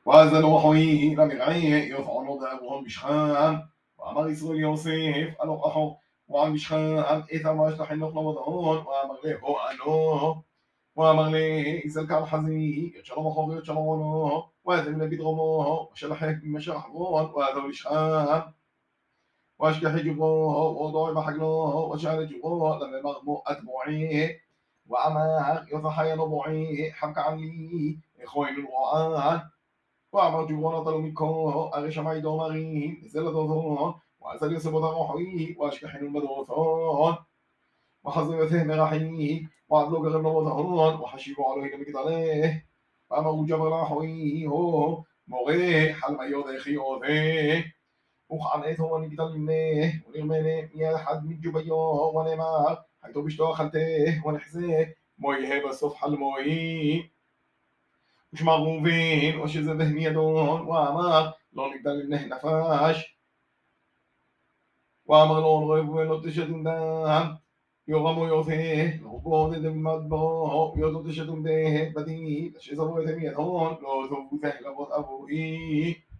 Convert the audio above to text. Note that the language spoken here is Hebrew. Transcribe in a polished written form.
وأذن وحوي لمرعي يرفعون ذابهم بشحام وأمر إسرائيل يوسف ألقحه وعن بشحام إثم واشتح النقل وضعون وأمر له أنه وأمر لي إسأل كان حزي يتشرم خور يتشرمونه وأذن لبيت غموه وشلحك مشرحون وأذن بشحام واشكح جبوه وضعب حقله وشال جبوه لما مغمو أتبعيه وأمر يضحي نبعيه حبك عني إخوين القرآن وأمر جبران طلو مكو أغش معي دوماري نزل دوثون وأزل يسب ضروحي وأشكح المدوثون وحزمته مرحي وعدلو قرب نبوثون وحشيب عليه نمكت عليه وأمر جبر لحوي هو مغي حل ما يوضي خيوذي وخان إيثو ونكتل منه ونرمنه يا حد من جبيو ونما حيث بشتو خلته ونحزه مويه بصف حل مويه مش معروفين وشذ ذهن يدون وأمر לא נגדל לבני נפש ואמר לו רב ולא תשתום דם יורמו יופה רובו דדמד בו יודו תשתום דה בדי שזרו את מידון לא זובו זה לבות אבוי